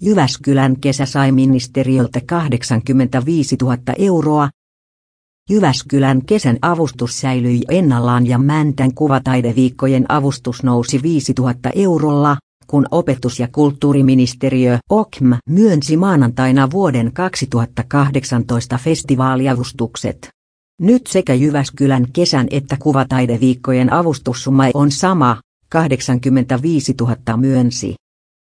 Jyväskylän kesä sai ministeriöltä 85 000 euroa. Jyväskylän kesän avustus säilyi ennallaan ja Mäntän kuvataideviikkojen avustus nousi 5 000 eurolla, kun opetus- ja kulttuuriministeriö OKM myönsi maanantaina vuoden 2018 festivaaliavustukset. Nyt sekä Jyväskylän kesän että kuvataideviikkojen avustussumma on sama, 85 000 myönsi